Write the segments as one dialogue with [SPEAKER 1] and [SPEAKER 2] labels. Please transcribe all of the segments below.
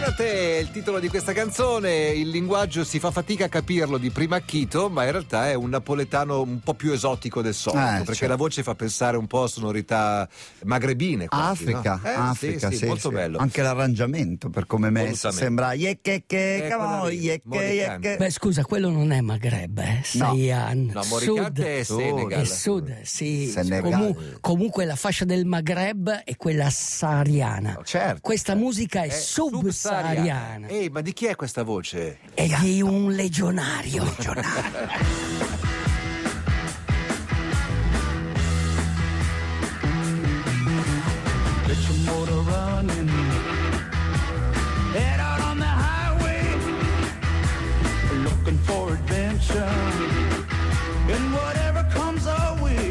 [SPEAKER 1] Mariate è il titolo di questa canzone, il linguaggio si fa fatica a capirlo di primo acchito, ma in realtà è un napoletano un po' più esotico del solito, perché
[SPEAKER 2] certo.
[SPEAKER 1] la voce fa pensare un po' a sonorità magrebine quasi,
[SPEAKER 2] Africa,
[SPEAKER 1] no?
[SPEAKER 2] Africa,
[SPEAKER 1] sì, molto bello.
[SPEAKER 2] Anche l'arrangiamento, per come messo, sembra
[SPEAKER 3] Beh, scusa, quello non è Maghreb, Saiyan.
[SPEAKER 1] No, Moricante è Senegal.
[SPEAKER 3] È Sud, sì.
[SPEAKER 2] Senegal.
[SPEAKER 3] Comunque la fascia del Maghreb è quella sahariana.
[SPEAKER 1] Certo.
[SPEAKER 3] Questa musica è subsahariana.
[SPEAKER 1] Ehi, ma di chi è questa voce?
[SPEAKER 3] È di un legionario.
[SPEAKER 4] Get your motor running. Head out on the highway, looking for adventure. And whatever comes our way,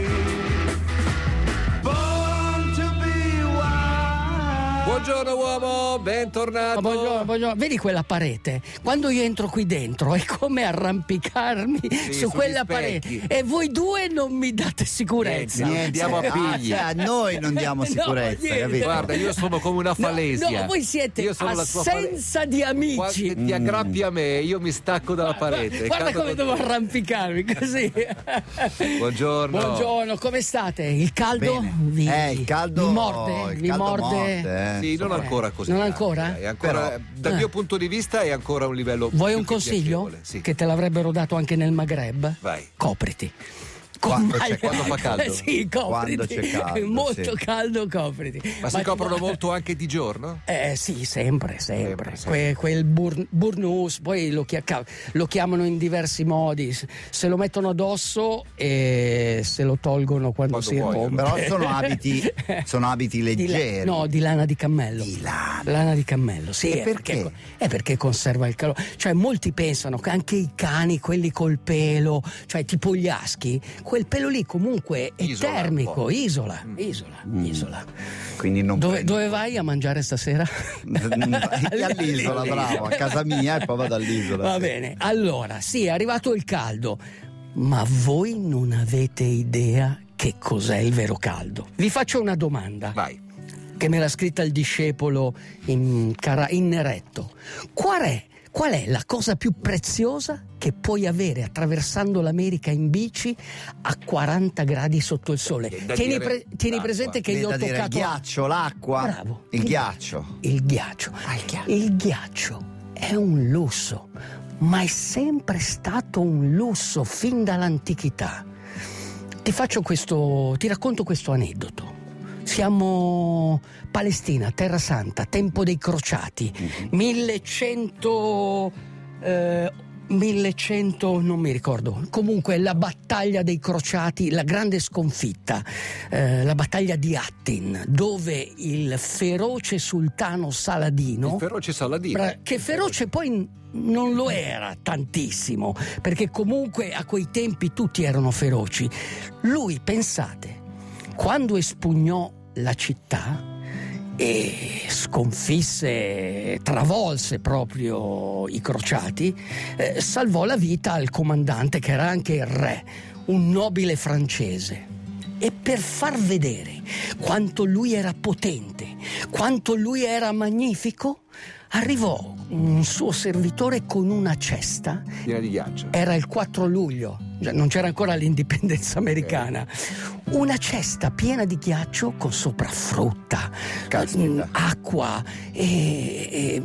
[SPEAKER 4] born to be wild.
[SPEAKER 1] Buongiorno uomo, bentornato.
[SPEAKER 3] Buongiorno. Vedi quella parete? Quando io entro qui dentro è come arrampicarmi su quella parete. E voi due non mi date sicurezza.
[SPEAKER 1] Niente, andiamo a pigli.
[SPEAKER 2] A noi non diamo sicurezza, capito?
[SPEAKER 1] Guarda, io sono come una falesia.
[SPEAKER 3] No, voi siete
[SPEAKER 1] Io sono
[SPEAKER 3] assenza di amici.
[SPEAKER 1] Quando ti aggrappi a me, io mi stacco dalla parete.
[SPEAKER 3] Guarda come devo arrampicarmi così. Buongiorno, come state? Il caldo?
[SPEAKER 2] Il caldo
[SPEAKER 3] vi morde?
[SPEAKER 1] Sì, non ancora così.
[SPEAKER 3] Non ancora?
[SPEAKER 1] È ancora dal mio punto di vista è ancora un livello.
[SPEAKER 3] Vuoi
[SPEAKER 1] più
[SPEAKER 3] un
[SPEAKER 1] che
[SPEAKER 3] consiglio?
[SPEAKER 1] piacevole. Sì.
[SPEAKER 3] Che te l'avrebbero dato anche nel Maghreb?
[SPEAKER 1] Vai.
[SPEAKER 3] Copriti.
[SPEAKER 1] Quando fa caldo?
[SPEAKER 3] Sì, copriti.
[SPEAKER 2] Quando c'è caldo,
[SPEAKER 3] molto caldo, copriti.
[SPEAKER 1] Ma si coprono molto anche di giorno?
[SPEAKER 3] Sì, sempre. Quel burnous, poi lo chiamano in diversi modi. Se lo mettono addosso e se lo tolgono quando si rompe.
[SPEAKER 2] Però sono abiti leggeri.
[SPEAKER 3] Di lana di cammello. Lana di cammello, sì.
[SPEAKER 2] E perché?
[SPEAKER 3] Perché conserva il calore. Cioè, molti pensano che anche i cani, quelli col pelo, cioè tipo gli aschi, quel pelo lì comunque è termico, isola.
[SPEAKER 2] Quindi non
[SPEAKER 3] Dove vai a mangiare stasera?
[SPEAKER 2] all'isola, bravo, a casa mia e poi vado all'isola.
[SPEAKER 3] Va bene, allora, sì, è arrivato il caldo, ma voi non avete idea che cos'è il vero caldo. Vi faccio una domanda.
[SPEAKER 1] Vai.
[SPEAKER 3] Che me l'ha scritta il discepolo in Neretto. Qual è la cosa più preziosa che puoi avere attraversando l'America in bici a 40 gradi sotto il sole? Tieni presente che io ho toccato
[SPEAKER 2] il ghiaccio, l'acqua.
[SPEAKER 3] Bravo.
[SPEAKER 2] Il ghiaccio.
[SPEAKER 3] Il ghiaccio è un lusso, ma è sempre stato un lusso fin dall'antichità. Ti racconto questo aneddoto. Siamo Palestina, Terra Santa, tempo dei crociati, 1100 non mi ricordo, comunque la battaglia dei crociati, la grande sconfitta, la battaglia di Hattin, dove il feroce sultano Saladino, che feroce poi non lo era tantissimo, perché comunque a quei tempi tutti erano feroci. Lui, pensate, quando espugnò la città e travolse proprio i crociati, salvò la vita al comandante, che era anche il re, un nobile francese. E per far vedere quanto lui era potente, quanto lui era magnifico, arrivò un suo servitore con una cesta
[SPEAKER 1] piena di ghiaccio.
[SPEAKER 3] Era il 4 luglio, non c'era ancora l'indipendenza americana. Una cesta piena di ghiaccio con sopra frutta, acqua, e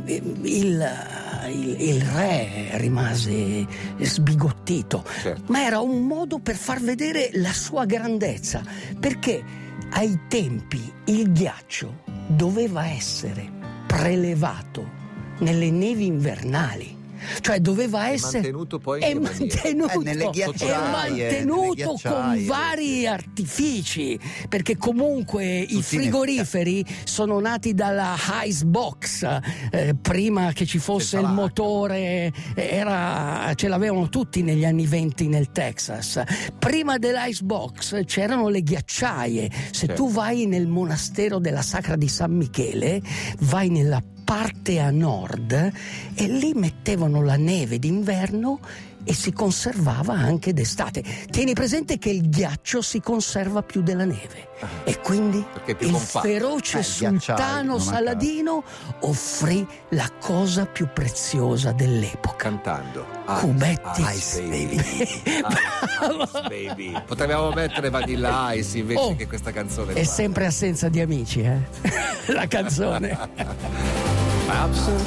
[SPEAKER 3] il re rimase sbigottito.
[SPEAKER 1] Certo.
[SPEAKER 3] Ma era un modo per far vedere la sua grandezza, perché ai tempi il ghiaccio doveva essere prelevato nelle nevi invernali, cioè doveva essere
[SPEAKER 2] nelle ghiacciaie,
[SPEAKER 3] con vari artifici, perché comunque i frigoriferi sono nati dalla icebox, prima che ci fosse il motore, ce l'avevano tutti negli anni 20 nel Texas. Prima dell'icebox c'erano le ghiacciaie. Se tu vai nel monastero della Sacra di San Michele, vai nella parte a nord e lì mettevano la neve d'inverno e si conservava anche d'estate. Tieni presente che il ghiaccio si conserva più della neve e quindi il compatto. Feroce sultano Saladino offrì la cosa più preziosa dell'epoca,
[SPEAKER 1] cantando
[SPEAKER 3] cubetti
[SPEAKER 1] Ice Baby. Ice Baby. Potevamo mettere Vanilla Ice invece che questa canzone.
[SPEAKER 3] È sempre assenza di amici, la canzone.
[SPEAKER 4] Absent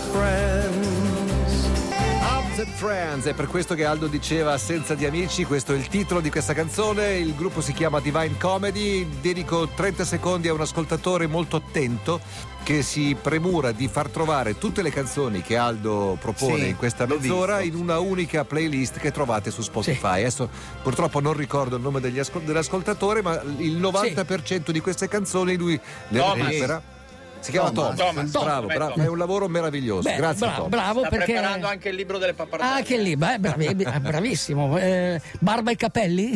[SPEAKER 1] Friends, è per questo che Aldo diceva assenza di amici. Questo è il titolo di questa canzone. Il gruppo si chiama Divine Comedy. Dedico 30 secondi a un ascoltatore molto attento che si premura di far trovare tutte le canzoni che Aldo propone in questa mezz'ora in una unica playlist che trovate su Spotify. Adesso purtroppo non ricordo il nome dell'ascoltatore, ma il 90% di queste canzoni lui le recupera. Si chiama Thomas. Bravo, è un lavoro meraviglioso. Grazie.
[SPEAKER 3] Bravo,
[SPEAKER 5] sta
[SPEAKER 3] perché
[SPEAKER 5] preparando anche il libro delle pappardelle.
[SPEAKER 3] Ah, che libro, bravissimo. Barba e capelli?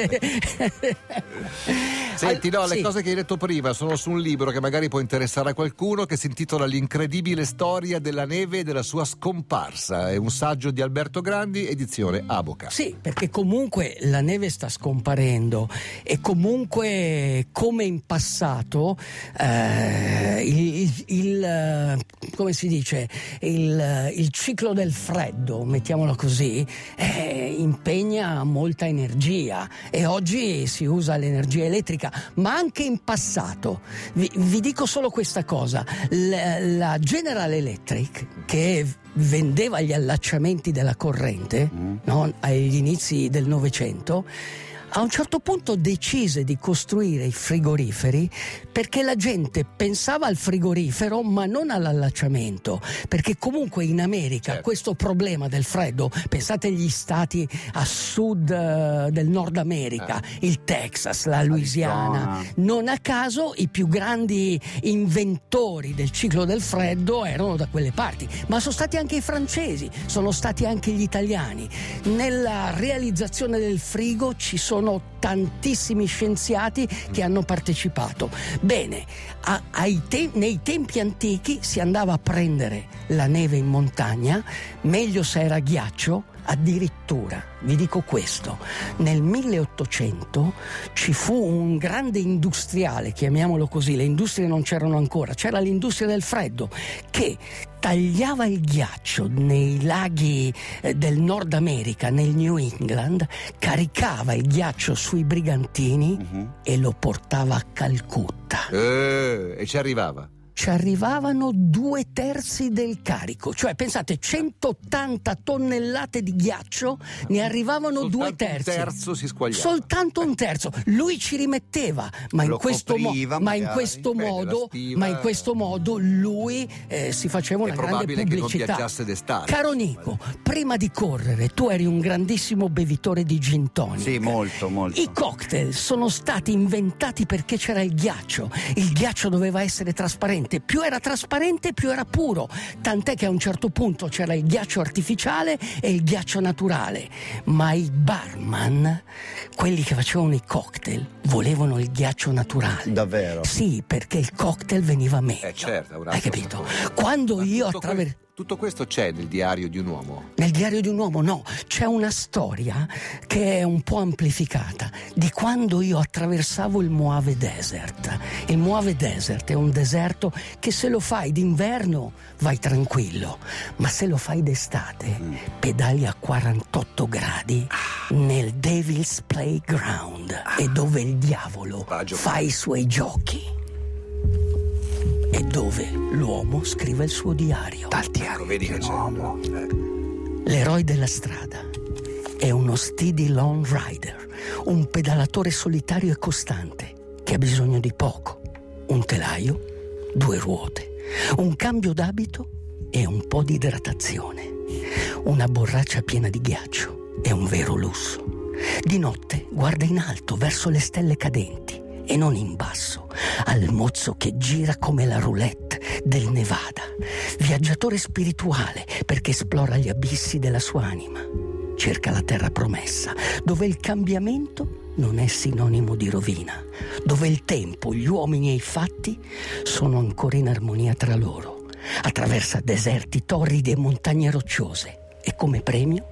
[SPEAKER 1] Senti, le cose che hai detto prima sono su un libro che magari può interessare a qualcuno, che si intitola L'incredibile storia della neve e della sua scomparsa. È un saggio di Alberto Grandi, edizione Aboca.
[SPEAKER 3] Sì, perché comunque la neve sta scomparendo e comunque come in passato come si dice, il ciclo del freddo, mettiamolo così, impegna molta energia e oggi si usa l'energia elettrica, ma anche in passato. Vi dico solo questa cosa: la General Electric, che vendeva gli allacciamenti della corrente, no, agli inizi del Novecento, a un certo punto decise di costruire i frigoriferi perché la gente pensava al frigorifero ma non all'allacciamento, perché comunque in America questo problema del freddo, pensate agli stati a sud del Nord America, il Texas, la Louisiana, non a caso i più grandi inventori del ciclo del freddo erano da quelle parti, ma sono stati anche i francesi, sono stati anche gli italiani. Nella realizzazione del frigo ci sono tantissimi scienziati che hanno partecipato. Bene, nei tempi antichi si andava a prendere la neve in montagna, meglio se era ghiaccio. Addirittura, vi dico questo, nel 1800 ci fu un grande industriale, chiamiamolo così, le industrie non c'erano ancora, c'era l'industria del freddo, che tagliava il ghiaccio nei laghi del Nord America, nel New England, caricava il ghiaccio sui brigantini e lo portava a Calcutta.
[SPEAKER 1] E ci arrivava?
[SPEAKER 3] Ci arrivavano 2/3 del carico, cioè pensate, 180 tonnellate di ghiaccio, ne arrivavano 2/3.
[SPEAKER 1] Un terzo si squagliava.
[SPEAKER 3] Soltanto un terzo. Lui ci rimetteva, ma in questo modo lui si faceva una grande pubblicità.
[SPEAKER 1] Che non viaggiasse d'estate.
[SPEAKER 3] Caro Nico, prima di correre tu eri un grandissimo bevitore di gin tonic.
[SPEAKER 2] Sì, molto.
[SPEAKER 3] I cocktail sono stati inventati perché c'era il ghiaccio. Il ghiaccio doveva essere trasparente. Più era trasparente, più era puro. Tant'è che a un certo punto c'era il ghiaccio artificiale e il ghiaccio naturale. Ma i barman, quelli che facevano i cocktail, volevano il ghiaccio naturale.
[SPEAKER 2] Davvero?
[SPEAKER 3] Sì, perché il cocktail veniva meglio.
[SPEAKER 1] Certo,
[SPEAKER 3] hai capito? Quando io attraverso...
[SPEAKER 1] Tutto questo c'è nel diario di un uomo?
[SPEAKER 3] Nel diario di un uomo no, c'è una storia che è un po' amplificata di quando io attraversavo il Mojave Desert. Il Mojave Desert è un deserto che se lo fai d'inverno vai tranquillo, ma se lo fai d'estate pedali a 48 gradi nel Devil's Playground, è dove il diavolo fa i suoi giochi. E dove l'uomo scrive il suo diario.
[SPEAKER 1] Dal diario, vedi che c'è l'uomo.
[SPEAKER 3] L'eroe della strada è uno steady lone rider, un pedalatore solitario e costante che ha bisogno di poco: un telaio, 2 ruote, un cambio d'abito e un po' di idratazione. Una borraccia piena di ghiaccio è un vero lusso. Di notte guarda in alto verso le stelle cadenti e non in basso, al mozzo che gira come la roulette del Nevada. Viaggiatore spirituale perché esplora gli abissi della sua anima. Cerca la terra promessa, dove il cambiamento non è sinonimo di rovina, dove il tempo, gli uomini e i fatti sono ancora in armonia tra loro. Attraversa deserti torridi e montagne rocciose e come premio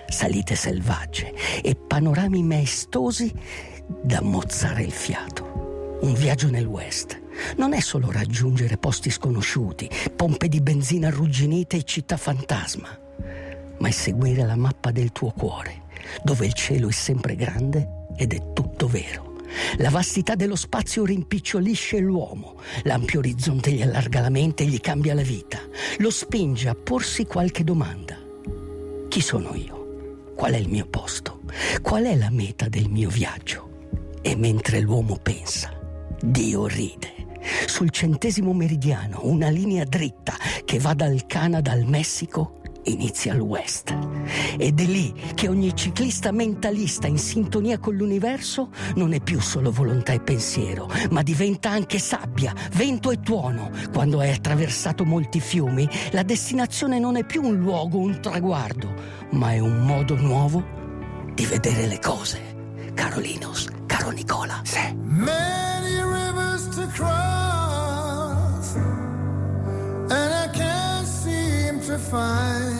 [SPEAKER 3] salite selvagge e panorami maestosi da mozzare il fiato. Un viaggio nel West non è solo raggiungere posti sconosciuti, pompe di benzina arrugginite e città fantasma, ma è seguire la mappa del tuo cuore, dove il cielo è sempre grande ed è tutto vero. La vastità dello spazio rimpicciolisce l'uomo, l'ampio orizzonte gli allarga la mente e gli cambia la vita, lo spinge a porsi qualche domanda. Chi sono io? Qual è il mio posto? Qual è la meta del mio viaggio? E mentre l'uomo pensa, Dio ride. Sul 100° meridiano, una linea dritta che va dal Canada al Messico inizia al West. Ed è lì che ogni ciclista mentalista in sintonia con l'universo non è più solo volontà e pensiero, ma diventa anche sabbia, vento e tuono. Quando hai attraversato molti fiumi, la destinazione non è più un luogo, un traguardo, ma è un modo nuovo di vedere le cose. Caro Linus, caro Nicola. Sì.
[SPEAKER 5] Many rivers to cross, and I can't seem to find.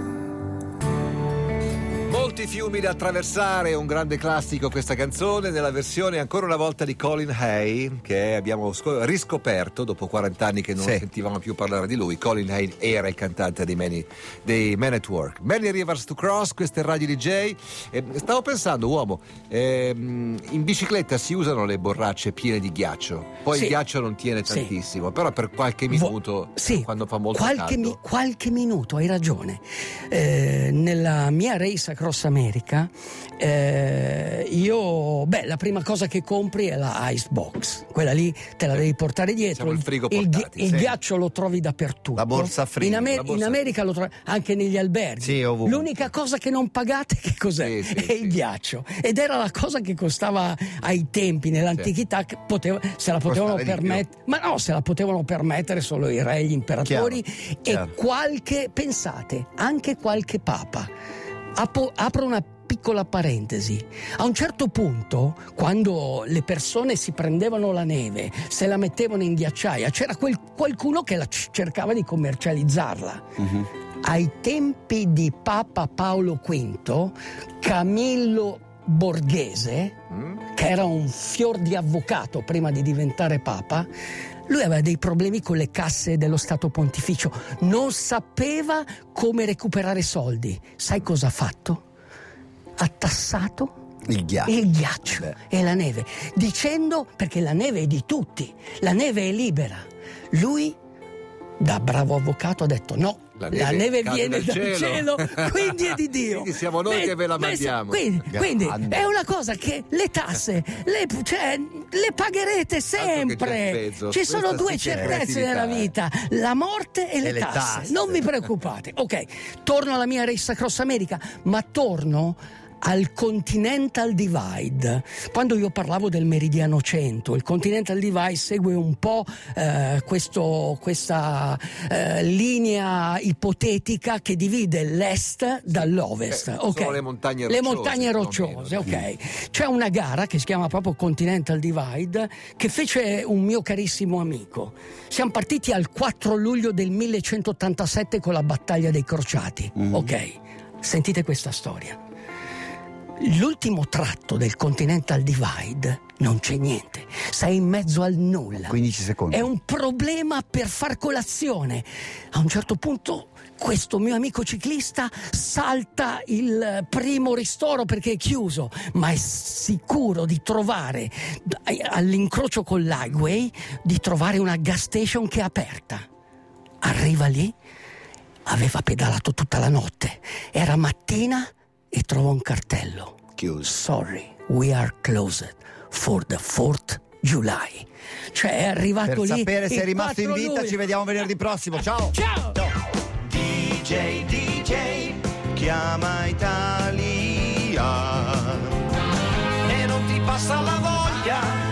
[SPEAKER 1] Molti fiumi da attraversare, un grande classico questa canzone nella versione ancora una volta di Colin Hay, che abbiamo riscoperto dopo 40 anni che non sentivamo più parlare di lui. Colin Hay era il cantante dei Men at Work. Many Rivers to Cross, questo è Radio DJ. Stavo pensando, uomo, in bicicletta si usano le borracce piene di ghiaccio, poi il ghiaccio non tiene tantissimo, però per qualche minuto, quando fa molto caldo.
[SPEAKER 3] Qualche minuto, hai ragione. Nella mia race Cross America, la prima cosa che compri è la ice box, quella lì te la devi portare dietro. Il ghiaccio lo trovi dappertutto.
[SPEAKER 2] La borsa frigo.
[SPEAKER 3] In America lo trovi anche negli alberghi. L'unica cosa che non pagate che cos'è? È il ghiaccio. Ed era la cosa che costava ai tempi, nell'antichità, se la potevano permettere. Ma no, se la potevano permettere solo i re, gli imperatori e pensate, anche qualche papa. Apro una piccola parentesi. A un certo punto, quando le persone si prendevano la neve, se la mettevano in ghiacciaia, c'era qualcuno che cercava di commercializzarla. Uh-huh. Ai tempi di Papa Paolo V, Camillo Borghese, che era un fior di avvocato prima di diventare papa, lui aveva dei problemi con le casse dello Stato Pontificio, non sapeva come recuperare soldi. Sai cosa ha fatto? Ha tassato il ghiaccio e la neve, dicendo, perché la neve è di tutti, la neve è libera. Lui, da bravo avvocato, ha detto no. La neve viene dal cielo, quindi è di Dio.
[SPEAKER 1] Quindi siamo noi che ve la mandiamo.
[SPEAKER 3] Quindi è una cosa che le tasse le pagherete sempre. Ci sono due certezze nella vita: la morte e le tasse. Non vi preoccupate. Ok, torno alla mia race Cross America, ma torno al Continental Divide. Quando io parlavo del meridiano 100, il Continental Divide segue un po' questa linea ipotetica che divide l'est dall'ovest.
[SPEAKER 1] Sono le montagne rocciose.
[SPEAKER 3] Ok. C'è una gara che si chiama proprio Continental Divide che fece un mio carissimo amico. Siamo partiti al 4 luglio del 1187 con la battaglia dei Crociati. Ok, sentite questa storia. L'ultimo tratto del Continental Divide non c'è niente, sei in mezzo al nulla.
[SPEAKER 2] 15 secondi.
[SPEAKER 3] È un problema per far colazione. A un certo punto questo mio amico ciclista salta il primo ristoro perché è chiuso, ma è sicuro di trovare all'incrocio con l'highway, di trovare una gas station che è aperta. Arriva lì, aveva pedalato tutta la notte, era mattina e trova un cartello.
[SPEAKER 2] Chiuso.
[SPEAKER 3] Sorry, we are closed for the 4th July. Cioè è arrivato
[SPEAKER 2] per
[SPEAKER 3] lì.
[SPEAKER 2] Per sapere se è rimasto in vita,
[SPEAKER 3] luglio.
[SPEAKER 2] ci vediamo venerdì prossimo. Ciao.
[SPEAKER 3] Ciao.
[SPEAKER 5] DJ, chiama Italia. E non ti passa la voglia